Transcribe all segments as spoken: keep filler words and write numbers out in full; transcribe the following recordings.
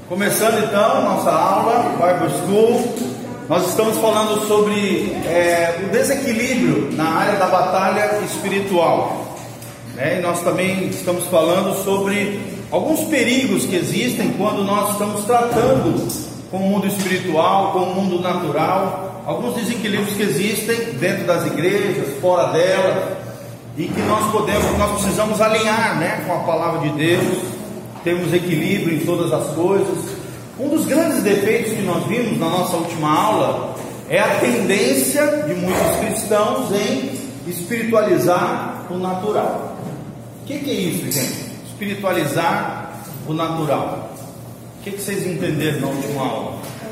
Começando então nossa aula Bible School, nós estamos falando sobre é, o desequilíbrio na área da batalha espiritual, né? E nós também estamos falando sobre alguns perigos que existem quando nós estamos tratando com o mundo espiritual, com o mundo natural, alguns desequilíbrios que existem dentro das igrejas, fora delas, e que nós podemos, nós precisamos alinhar, né, com a palavra de Deus. Temos equilíbrio em todas as coisas. Um dos grandes defeitos que nós vimos na nossa última aula é a tendência de muitos cristãos em espiritualizar o natural. O que, que é isso, gente? Espiritualizar o natural. O que, que vocês entenderam na última aula?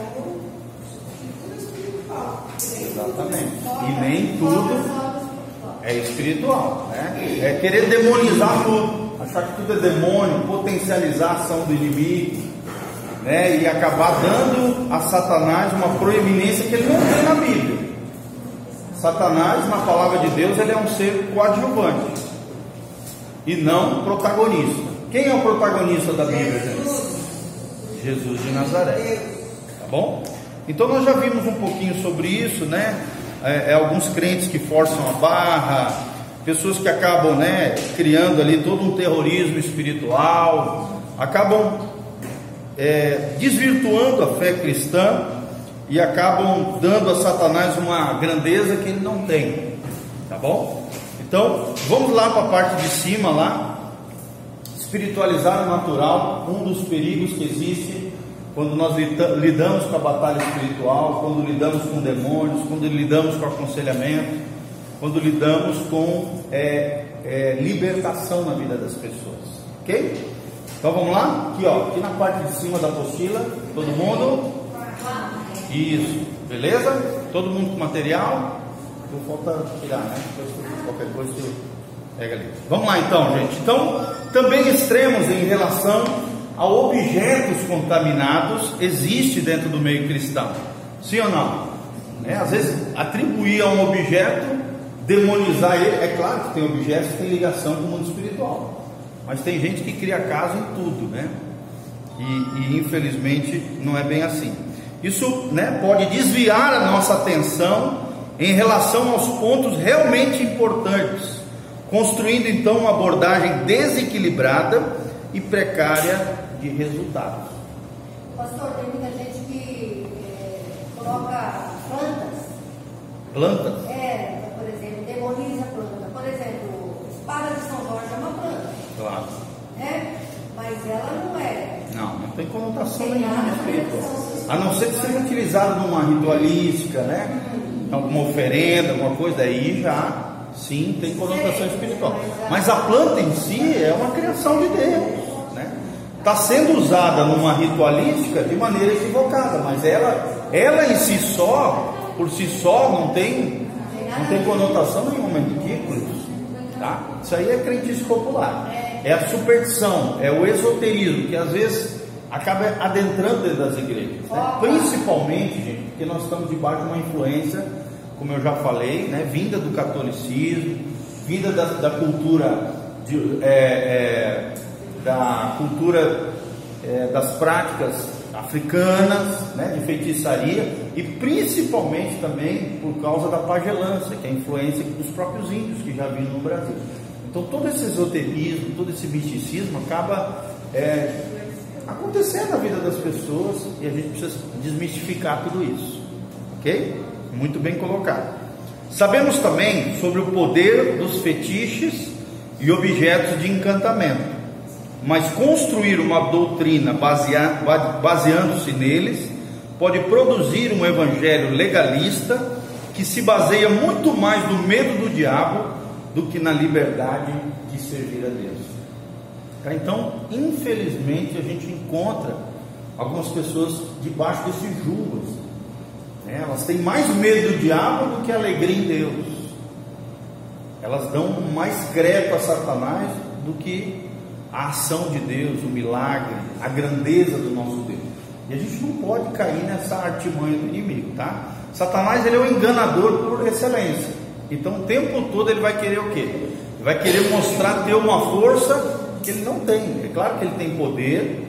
Exatamente. E nem tudo é espiritual, né? É querer demonizar tudo. Achar que tudo é demônio, potencializar a ação do inimigo, né? E acabar dando a Satanás uma proeminência que ele não tem na Bíblia. Satanás, na palavra de Deus, ele é um ser coadjuvante e não protagonista. Quem é o protagonista da Bíblia, gente? Jesus de Nazaré. Tá bom? Então nós já vimos um pouquinho sobre isso, né? É, é alguns crentes que forçam a barra, pessoas que acabam, né, criando ali todo um terrorismo espiritual, acabam é, desvirtuando a fé cristã e acabam dando a Satanás uma grandeza que ele não tem, tá bom? Então, vamos lá para a parte de cima lá. Espiritualizar o natural, um dos perigos que existe quando nós lidamos com a batalha espiritual, quando lidamos com demônios, quando lidamos com aconselhamento, quando lidamos com é, é, libertação na vida das pessoas, ok? Então vamos lá? Aqui, ó, aqui na parte de cima da apostila, todo mundo? Isso, beleza? Todo mundo com material? Não falta tirar, né? Qualquer coisa você pega ali. Vamos lá então, gente. Então, também extremos em relação a objetos contaminados existe dentro do meio cristão, sim ou não? É, às vezes atribuir a um objeto, demonizar ele. É claro que tem objetos que têm ligação com o mundo espiritual, mas tem gente que cria caso em tudo, né? E, e infelizmente não é bem assim. Isso, né, pode desviar a nossa atenção em relação aos pontos realmente importantes, construindo então uma abordagem desequilibrada e precária de resultados. Pastor, tem muita gente que é, coloca plantas. Plantas? É, por exemplo, demoniza a planta. Por exemplo, espada de São Jorge é uma planta. Claro. É, mas ela não é. Não, não tem conotação Tem nenhuma nada espiritual. a A não ser que seja utilizado numa ritualística, né? Alguma oferenda, alguma coisa, aí já sim tem conotação espiritual. Mas a planta em si é uma criação de Deus. Está sendo usada numa ritualística de maneira equivocada, mas ela, ela em si só, por si só, não tem, não tem conotação nenhuma de isso, tá? Isso aí é crentice popular, é a superstição, é o esoterismo, que às vezes acaba adentrando dentro das igrejas, né? Principalmente, gente, porque nós estamos debaixo de uma influência, como eu já falei, né, vinda do catolicismo, vinda da, da cultura de, é, é, da cultura é, das práticas africanas, né, de feitiçaria, e principalmente também por causa da pagelância, que é a influência dos próprios índios que já vinham no Brasil. Então todo esse esoterismo, todo esse misticismo acaba é, acontecendo na vida das pessoas, e a gente precisa desmistificar tudo isso, ok? Muito bem colocado. Sabemos também sobre o poder dos fetiches e objetos de encantamento, mas construir uma doutrina basea- baseando-se neles pode produzir um evangelho legalista que se baseia muito mais no medo do diabo do que na liberdade de servir a Deus. Então, infelizmente, a gente encontra algumas pessoas debaixo desse jugo, né? Elas têm mais medo do diabo do que alegria em Deus. Elas dão mais crédito a Satanás do que a ação de Deus, o milagre, a grandeza do nosso Deus. E a gente não pode cair nessa artimanha do inimigo, tá? Satanás, ele é o enganador por excelência. Então o tempo todo ele vai querer o quê? Ele vai querer mostrar ter uma força que ele não tem. É claro que ele tem poder,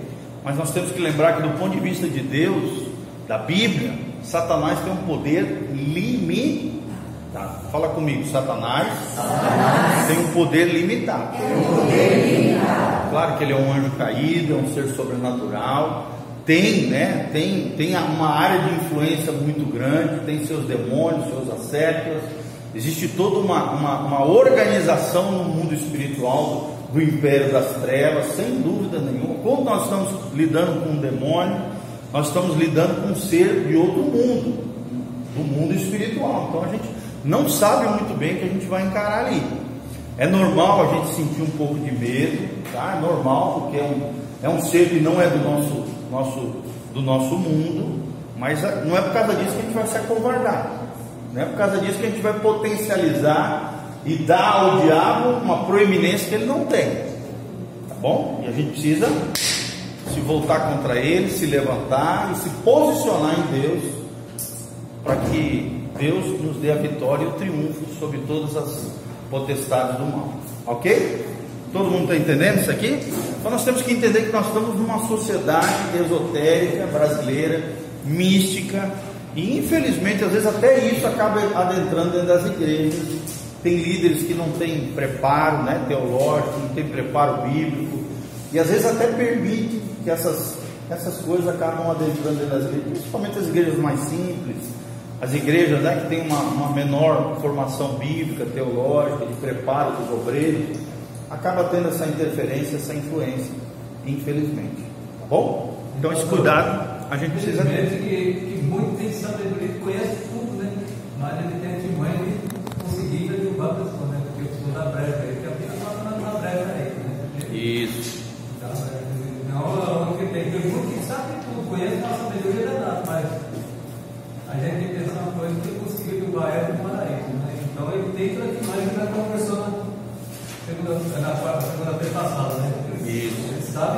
mas nós temos que lembrar que do ponto de vista de Deus, da Bíblia, Satanás tem um poder limitado. Fala comigo, Satanás, Satanás tem um poder limitado. Tem um poder limitado. Claro que ele é um anjo caído, é um ser sobrenatural, tem, né, tem, tem uma área de influência muito grande, tem seus demônios, seus assédios, existe toda uma, uma, uma organização no mundo espiritual do império das trevas, sem dúvida nenhuma. Quando nós estamos lidando com um demônio, nós estamos lidando com um ser de outro mundo, do mundo espiritual. Então a gente não sabe muito bem o que a gente vai encarar ali. É normal a gente sentir um pouco de medo, tá? É normal, porque é um, é um ser que não é do nosso, nosso, do nosso mundo, mas não é por causa disso que a gente vai se acovardar, não é por causa disso que a gente vai potencializar e dar ao diabo uma proeminência que ele não tem, tá bom? E a gente precisa se voltar contra ele, se levantar e se posicionar em Deus, para que Deus nos dê a vitória e o triunfo sobre todas as potestades do mal, ok? Todo mundo está entendendo isso aqui? Então nós temos que entender que nós estamos numa sociedade esotérica brasileira, mística, e infelizmente às vezes até isso acaba adentrando dentro das igrejas. Tem líderes que não têm preparo, né, teológico, não tem preparo bíblico, e às vezes até permite que essas, essas coisas acabam adentrando dentro das igrejas, principalmente as igrejas mais simples, as igrejas, né, que têm uma, uma menor formação bíblica, teológica, de preparo dos obreiros, acaba tendo essa interferência, essa influência, infelizmente, tá bom? Então esse cuidado a gente precisa ter. Que, que muito tem sabedoria, conhece tudo, né? Mas ele tem de mãe de conseguir derrubar a pessoa, né? Porque eu sou da brecha, ele que apenas passa na brecha aí, né? Isso. Não, o que tem, tem muito que sabe tudo, conhece a sabedoria da data, mas a gente tem que pensar uma coisa que ele conseguiu derrubar ela no paraíso, né? Então ele tem toda a imagem que nós conversamos na segunda-feira passada, né? Isso. Ele sabe.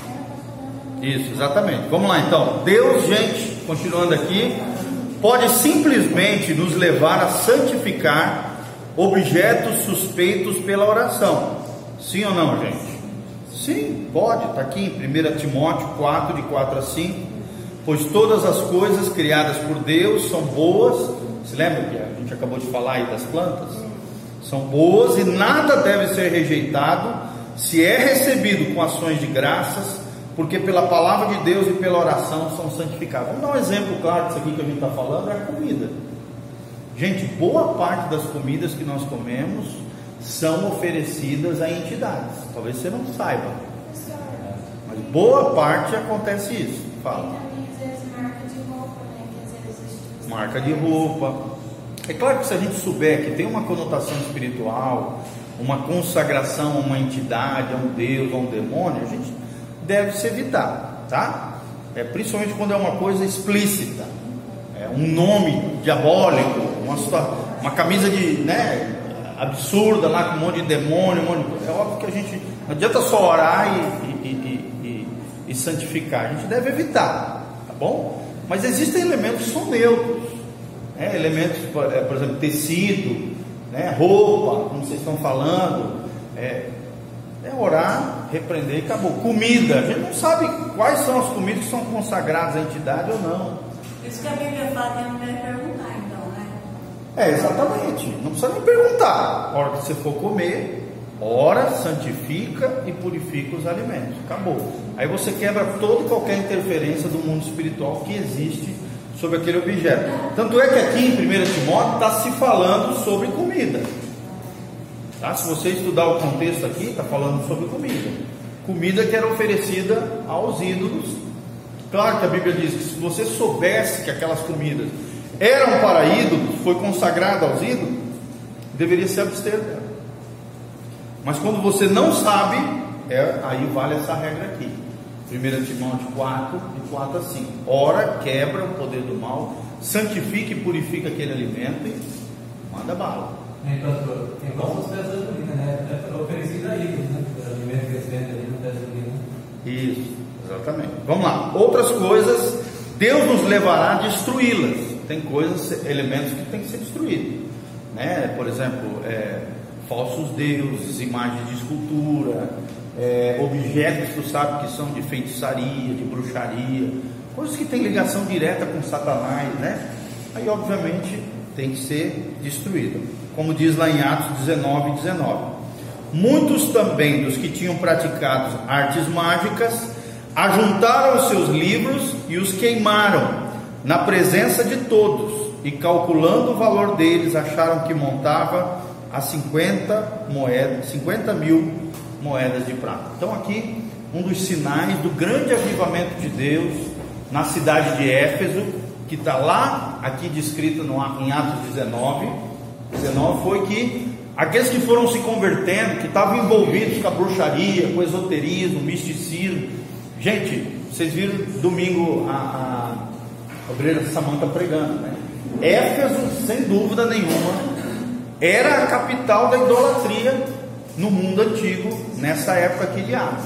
Isso, exatamente. Vamos lá então. Deus, gente, continuando aqui, pode simplesmente nos levar a santificar objetos suspeitos pela oração. Sim ou não, gente? Sim, pode. Está aqui em primeira Timóteo quatro, de quatro a cinco. Pois todas as coisas criadas por Deus são boas. Se lembra que a gente acabou de falar aí das plantas? São boas e nada deve ser rejeitado se é recebido com ações de graças, porque pela palavra de Deus e pela oração são santificados. Vamos dar um exemplo claro disso aqui que a gente está falando, é a comida. Gente, boa parte das comidas que nós comemos são oferecidas a entidades. Talvez você não saiba, mas boa parte acontece isso. Fala. Marca de roupa. É claro que se a gente souber que tem uma conotação espiritual, uma consagração a uma entidade, a um Deus, a um demônio, a gente deve se evitar, tá? É, principalmente quando é uma coisa explícita, é, um nome diabólico, uma, uma camisa de, né, absurda lá com um monte de demônio, um monte de coisa. É óbvio que a gente não adianta só orar e, e, e, e, e santificar, a gente deve evitar, tá bom? Mas existem elementos que são neutros, né? Elementos, é, por exemplo, tecido, né? Roupa, como vocês estão falando, é, é orar, repreender e acabou. Comida, a gente não sabe quais são as comidas que são consagradas à entidade ou não. Isso que a Bíblia fala que não deve perguntar, então, né? É, exatamente, não precisa nem perguntar. A hora que você for comer, ora, santifica e purifica os alimentos, acabou. Aí você quebra toda e qualquer interferência do mundo espiritual que existe sobre aquele objeto. Tanto é que aqui em primeira Timóteo está se falando sobre comida, tá? Se você estudar o contexto aqui, está falando sobre comida. Comida que era oferecida aos ídolos. Claro que a Bíblia diz que se você soubesse que aquelas comidas eram para ídolos, foi consagrada aos ídolos, deveria se abster dela. Mas quando você não sabe, é, aí vale essa regra aqui. primeira Timóteo quatro, de quatro a cinco. Ora, quebra o poder do mal, santifica e purifica aquele alimento e manda bala. É, pastor, é igual as peças da comida, né? É oferecida a ídolos, né? O alimento que eles vendem ali no peça da comida. Isso, exatamente. Vamos lá. Outras coisas, Deus nos levará a destruí-las. Tem coisas, elementos que tem que ser destruídos, né? Por exemplo, é, falsos deuses, imagens de escultura, é, objetos, tu sabe que são de feitiçaria, de bruxaria, coisas que têm ligação direta com Satanás, né? Aí obviamente tem que ser destruído, como diz lá em Atos dezenove, dezenove. Muitos também dos que tinham praticado artes mágicas ajuntaram os seus livros e os queimaram na presença de todos, e calculando o valor deles, acharam que montava a cinquenta moedas, cinquenta mil moedas de prata. Então aqui um dos sinais do grande avivamento de Deus na cidade de Éfeso, que está lá, aqui descrito no, em Atos dezenove, dezenove, foi que aqueles que foram se convertendo, que estavam envolvidos com a bruxaria, com o esoterismo, misticismo. Gente, vocês viram domingo a, a obreira Samanta pregando, né? Éfeso, sem dúvida nenhuma, era a capital da idolatria no mundo antigo, nessa época aqui de Atos.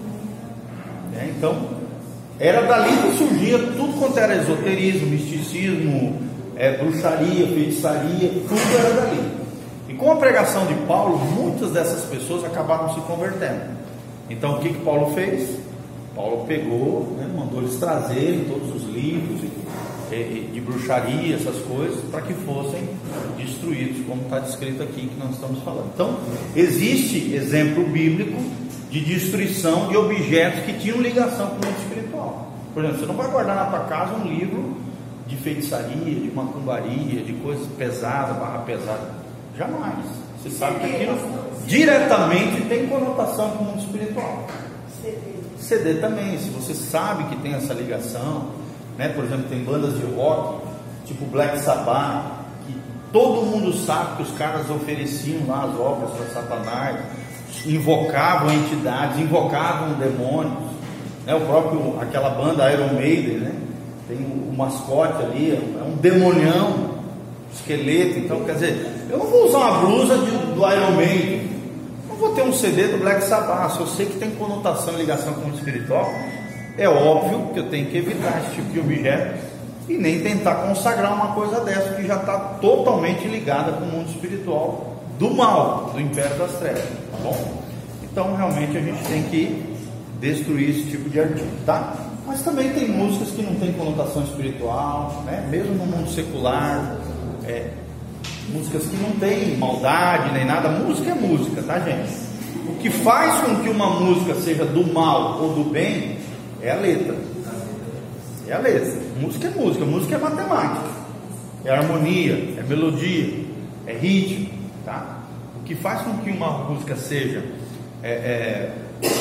É, então, era dali que surgia tudo quanto era esoterismo, misticismo, é, bruxaria, feitiçaria, tudo era dali. E com a pregação de Paulo, muitas dessas pessoas acabaram se convertendo. Então o que que Paulo fez? Paulo pegou, né, mandou eles trazerem todos os livros de, de, de bruxaria, essas coisas, para que fossem destruídos, como está descrito aqui que nós estamos falando. Então existe exemplo bíblico de destruição de objetos que tinham ligação com o mundo espiritual. Por exemplo, você não vai guardar na tua casa um livro de feitiçaria, de macumbaria, de coisas pesadas, barra pesada. Jamais. Você sabe que aquilo diretamente tem conotação com o mundo espiritual. C D também, se você sabe que tem essa ligação, né? Por exemplo, tem bandas de rock, tipo Black Sabbath, que todo mundo sabe que os caras ofereciam lá as obras para Satanás, invocavam entidades, invocavam demônios, né? O próprio, aquela banda Iron Maiden, né? Tem o, o mascote ali, é um demonião, esqueleto. Então, quer dizer, eu não vou usar uma blusa de, do Iron Maiden, não vou ter um C D do Black Sabbath. Se eu sei que tem conotação e ligação com o mundo espiritual, é óbvio que eu tenho que evitar esse tipo de objeto e nem tentar consagrar uma coisa dessa que já está totalmente ligada com o mundo espiritual do mal, do império das trevas, tá bom? Então realmente a gente tem que destruir esse tipo de artigo, tá? Mas também tem músicas que não tem conotação espiritual, né? Mesmo no mundo secular, é, músicas que não tem maldade nem nada. Música é música, tá, gente? O que faz com que uma música seja do mal ou do bem é a letra. É a letra. Música é música, música é matemática, é harmonia, é melodia, é ritmo, tá? O que faz com que uma música seja é, é,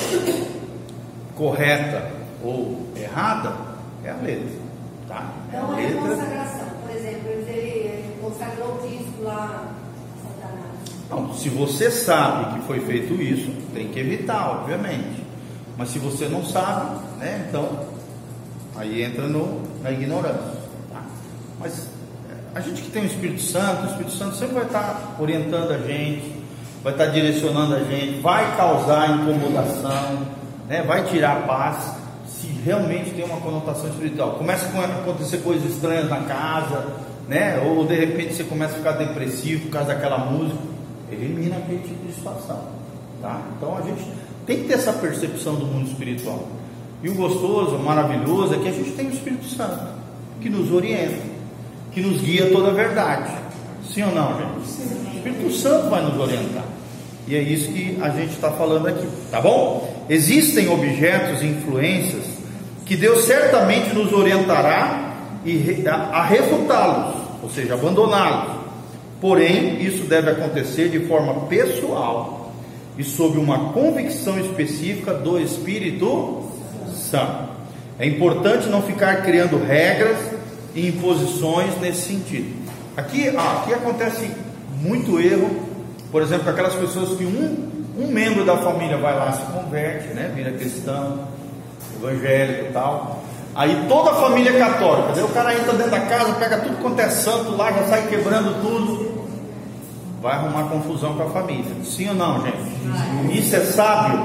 correta ou errada é a letra, tá? É a Então é letra. consagração, por exemplo, ele consagrou o disco lá, Satanás. Não, se você sabe que foi feito isso, tem que evitar, obviamente. Mas se você não sabe, né, então aí entra no, na ignorância, tá? Mas a gente que tem o Espírito Santo, o Espírito Santo sempre vai estar orientando a gente, vai estar direcionando a gente, vai causar incomodação, né, vai tirar a paz, se realmente tem uma conotação espiritual. Começa a acontecer coisas estranhas na casa, né, ou de repente você começa a ficar depressivo por causa daquela música, elimina aquele tipo de situação, tá? Então a gente tem que ter essa percepção do mundo espiritual. E o gostoso, o maravilhoso é que a gente tem o Espírito Santo que nos orienta, que nos guia toda a verdade. Sim ou não, gente? Sim. O Espírito Santo vai nos orientar. E é isso que a gente está falando aqui, tá bom? Existem objetos e influências que Deus certamente nos orientará e a refutá-los, ou seja, abandoná-los. Porém, isso deve acontecer de forma pessoal e sob uma convicção específica do Espírito Santo. É importante não ficar criando regras e imposições nesse sentido. Aqui, aqui acontece muito erro, por exemplo, aquelas pessoas que um, um membro da família vai lá, se converte, né, vira cristão, evangélico e tal. Aí toda a família é católica, daí o cara entra dentro da casa, pega tudo quanto é santo lá, já sai quebrando tudo. Vai arrumar confusão com a família. Sim ou não, gente? Isso é sábio?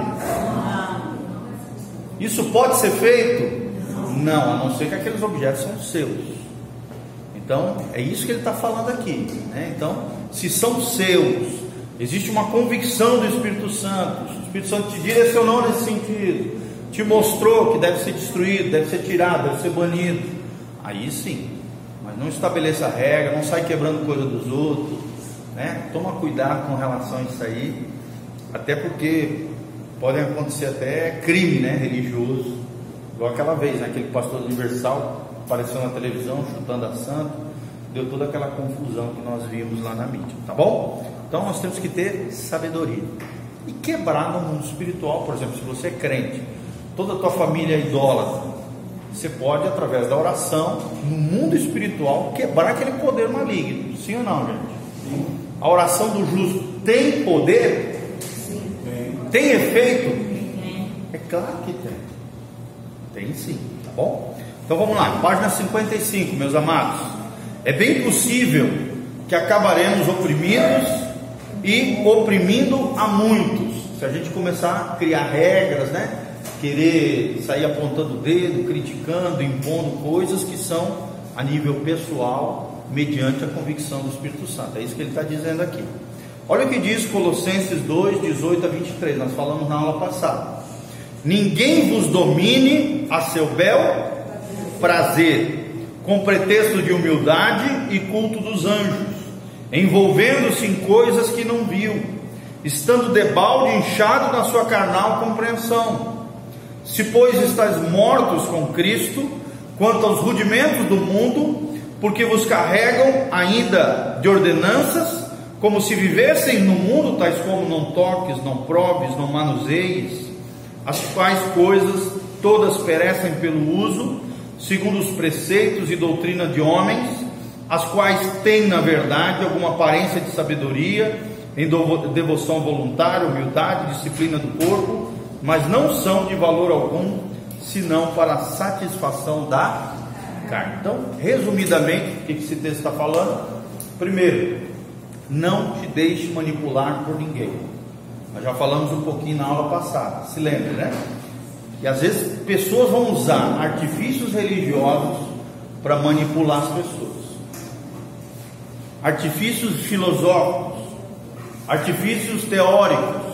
Isso pode ser feito? Não, a não ser que aqueles objetos são seus. Então, é isso que ele está falando aqui, né? Então, se são seus, existe uma convicção do Espírito Santo. O Espírito Santo te direcionou nesse sentido, te mostrou que deve ser destruído, deve ser tirado, deve ser banido, aí sim. Mas não estabeleça regra, não sai quebrando coisa dos outros, né? Toma cuidado com relação a isso aí, até porque pode acontecer até crime, né, religioso, igual aquela vez, né, aquele pastor universal apareceu na televisão chutando a santa, deu toda aquela confusão que nós vimos lá na mídia, tá bom? Então nós temos que ter sabedoria e quebrar no mundo espiritual. Por exemplo, se você é crente, toda a tua família é idólatra, você pode, através da oração, no mundo espiritual, quebrar aquele poder maligno. Sim ou não, gente? Sim. A oração do justo tem poder? Sim. Tem efeito? Sim. É claro que tem. Tem sim, tá bom? Então vamos lá, página cinquenta e cinco, meus amados. É bem possível que acabaremos oprimidos e oprimindo a muitos, se a gente começar a criar regras, né? Querer sair apontando o dedo, criticando, impondo coisas que são a nível pessoal, mediante a convicção do Espírito Santo. É isso que ele está dizendo aqui. Olha o que diz Colossenses dois, dezoito a vinte e três, nós falamos na aula passada. Ninguém vos domine a seu bel prazer, com pretexto de humildade e culto dos anjos, envolvendo-se em coisas que não viu, estando debalde inchado na sua carnal compreensão. Se pois estáis mortos com Cristo, quanto aos rudimentos do mundo, porque vos carregam ainda de ordenanças, como se vivessem no mundo, tais como não toques, não proves, não manuseis, as quais coisas todas perecem pelo uso, segundo os preceitos e doutrina de homens, as quais têm na verdade alguma aparência de sabedoria, em devoção voluntária, humildade, disciplina do corpo, mas não são de valor algum, senão para a satisfação da carne. Então, resumidamente, o que esse texto está falando? Primeiro, não te deixe manipular por ninguém. Nós já falamos um pouquinho na aula passada, se lembra, né? E às vezes pessoas vão usar artifícios religiosos para manipular as pessoas, artifícios filosóficos, artifícios teóricos.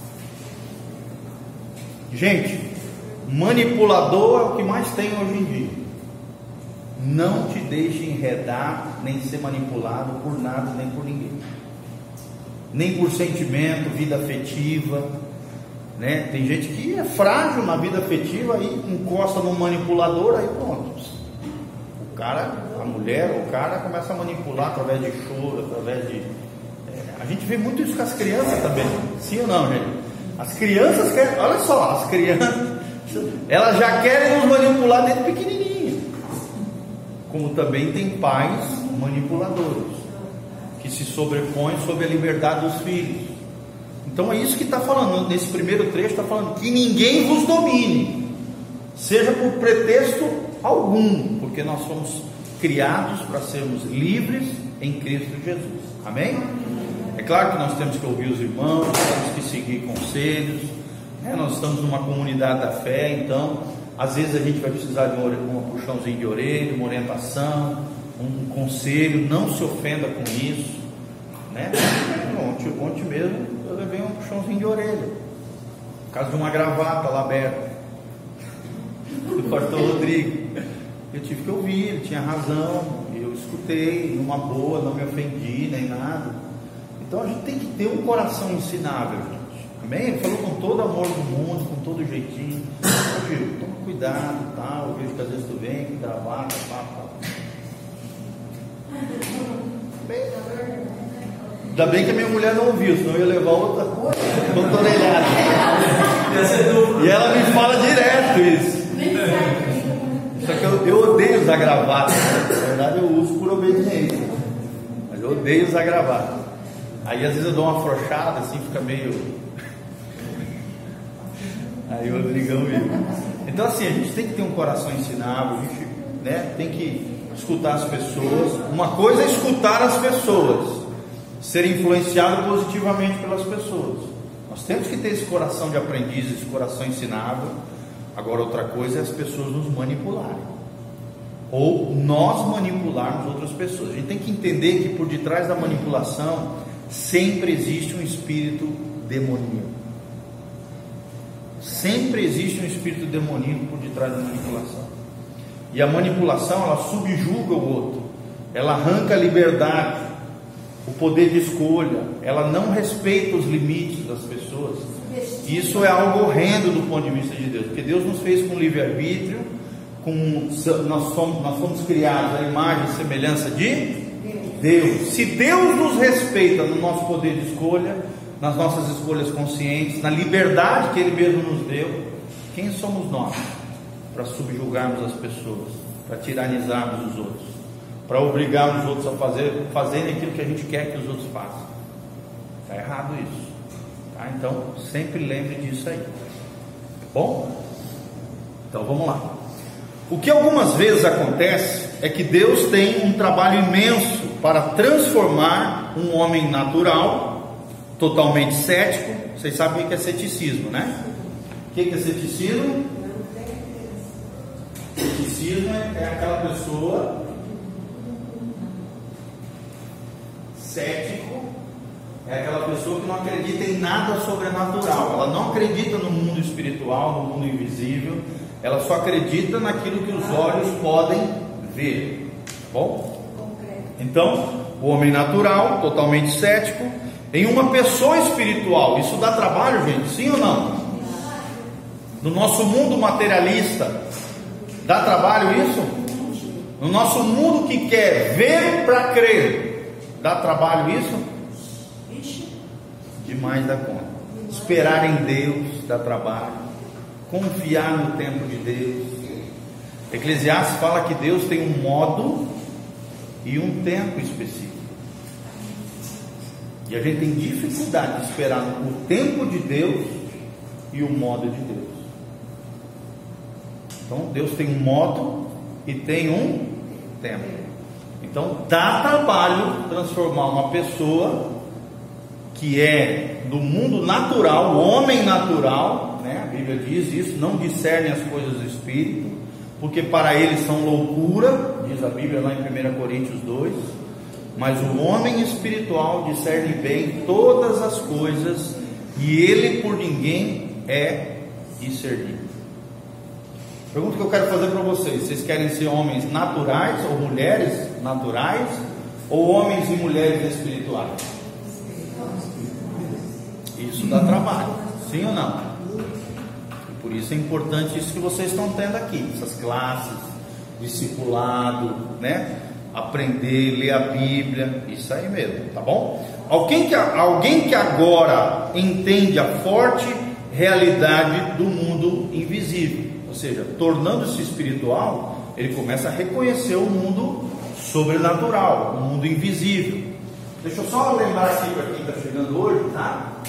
Gente, manipulador é o que mais tem hoje em dia. Não te deixe enredar, nem ser manipulado por nada, nem por ninguém, nem por sentimento, vida afetiva, né? Tem gente que é frágil na vida afetiva, aí encosta no manipulador, aí pronto, o cara, a mulher ou o cara começa a manipular através de choro, através de... É, a gente vê muito isso com as crianças também, sim ou não, gente? As crianças querem, olha só, as crianças, elas já querem nos manipular desde pequenininho. Como também tem pais manipuladores, que se sobrepõem sobre a liberdade dos filhos. Então é isso que está falando, nesse primeiro trecho está falando, que ninguém vos domine, seja por pretexto algum, porque nós somos criados para sermos livres em Cristo Jesus, amém? É claro que nós temos que ouvir os irmãos, temos que seguir conselhos, né? Nós estamos numa comunidade da fé, então às vezes a gente vai precisar de um, um puxãozinho de orelha, uma orientação, um conselho. Não se ofenda com isso, né? Ontem, ontem mesmo eu levei um puxãozinho de orelha, por causa de uma gravata lá aberta do pastor Rodrigo. Eu tive que ouvir, ele tinha razão, eu escutei numa boa, não me ofendi nem nada. Então a gente tem que ter um coração ensinável, gente. Amém? Ele falou com todo amor do mundo, com todo jeitinho. Ô, Gil, toma cuidado, tal. Eu vejo que às vezes tu vem com gravata, pá, pá. Ainda bem que a minha mulher não ouviu, senão eu ia levar outra, outra orelhada. E ela me fala direto isso. Só que eu, eu odeio usar gravata. Na verdade eu uso por obediência, mas eu odeio usar gravata. Aí às vezes eu dou uma afrouxada, assim, fica meio... Aí o Rodrigão viu. Então assim, a gente tem que ter um coração ensinável, a gente, né, tem que escutar as pessoas. Uma coisa é escutar as pessoas, ser influenciado positivamente pelas pessoas. Nós temos que ter esse coração de aprendiz, esse coração ensinável. Agora outra coisa é as pessoas nos manipularem, ou nós manipularmos outras pessoas. A gente tem que entender que por detrás da manipulação sempre existe um espírito demoníaco. Sempre existe um espírito demoníaco por detrás da manipulação. E a manipulação, ela subjuga o outro, ela arranca a liberdade, o poder de escolha, ela não respeita os limites das pessoas. Isso é algo horrendo do ponto de vista de Deus, porque Deus nos fez com livre-arbítrio, com, nós, somos, nós fomos criados à imagem e semelhança de Deus. Se Deus nos respeita no nosso poder de escolha, nas nossas escolhas conscientes, na liberdade que Ele mesmo nos deu, quem somos nós para subjugarmos as pessoas, para tiranizarmos os outros, para obrigarmos os outros a fazer, fazerem aquilo que a gente quer que os outros façam? Está errado isso, tá? Então sempre lembre disso aí, bom? Então vamos lá. O que algumas vezes acontece é que Deus tem um trabalho imenso para transformar um homem natural, totalmente cético. Vocês sabem o que é ceticismo, né? O que é ceticismo? Ceticismo é aquela pessoa cético, é aquela pessoa que não acredita em nada sobrenatural. Ela não acredita no mundo espiritual, no mundo invisível. Ela só acredita naquilo que os olhos podem ver. Bom? Então, o homem natural, totalmente cético, em uma pessoa espiritual. Isso dá trabalho, gente? Sim ou não? No nosso mundo materialista, dá trabalho isso? No nosso mundo que quer ver para crer, dá trabalho isso? Demais da conta. Esperar em Deus dá trabalho. Confiar no tempo de Deus. Eclesiastes fala que Deus tem um modo e um tempo específico. E a gente tem dificuldade de esperar o tempo de Deus e o modo de Deus. Então Deus tem um modo e tem um tempo. Então dá trabalho transformar uma pessoa que é do mundo natural, o homem natural, né? A Bíblia diz isso, não discernem as coisas do Espírito, porque para eles são loucura, diz a Bíblia lá em primeira Coríntios dois, mas o homem espiritual discerne bem todas as coisas, e ele por ninguém é discernido. Pergunta que eu quero fazer para vocês: vocês querem ser homens naturais ou mulheres naturais, ou homens e mulheres espirituais? Isso dá trabalho, sim ou não? E por isso é importante isso que vocês estão tendo aqui, essas classes, discipulado, né? Aprender, ler a Bíblia, isso aí mesmo, tá bom? Alguém que, alguém que agora entende a forte realidade do mundo invisível, ou seja, tornando-se espiritual, ele começa a reconhecer o mundo sobrenatural, o mundo invisível. Deixa eu só lembrar aqui para quem está chegando hoje, tá?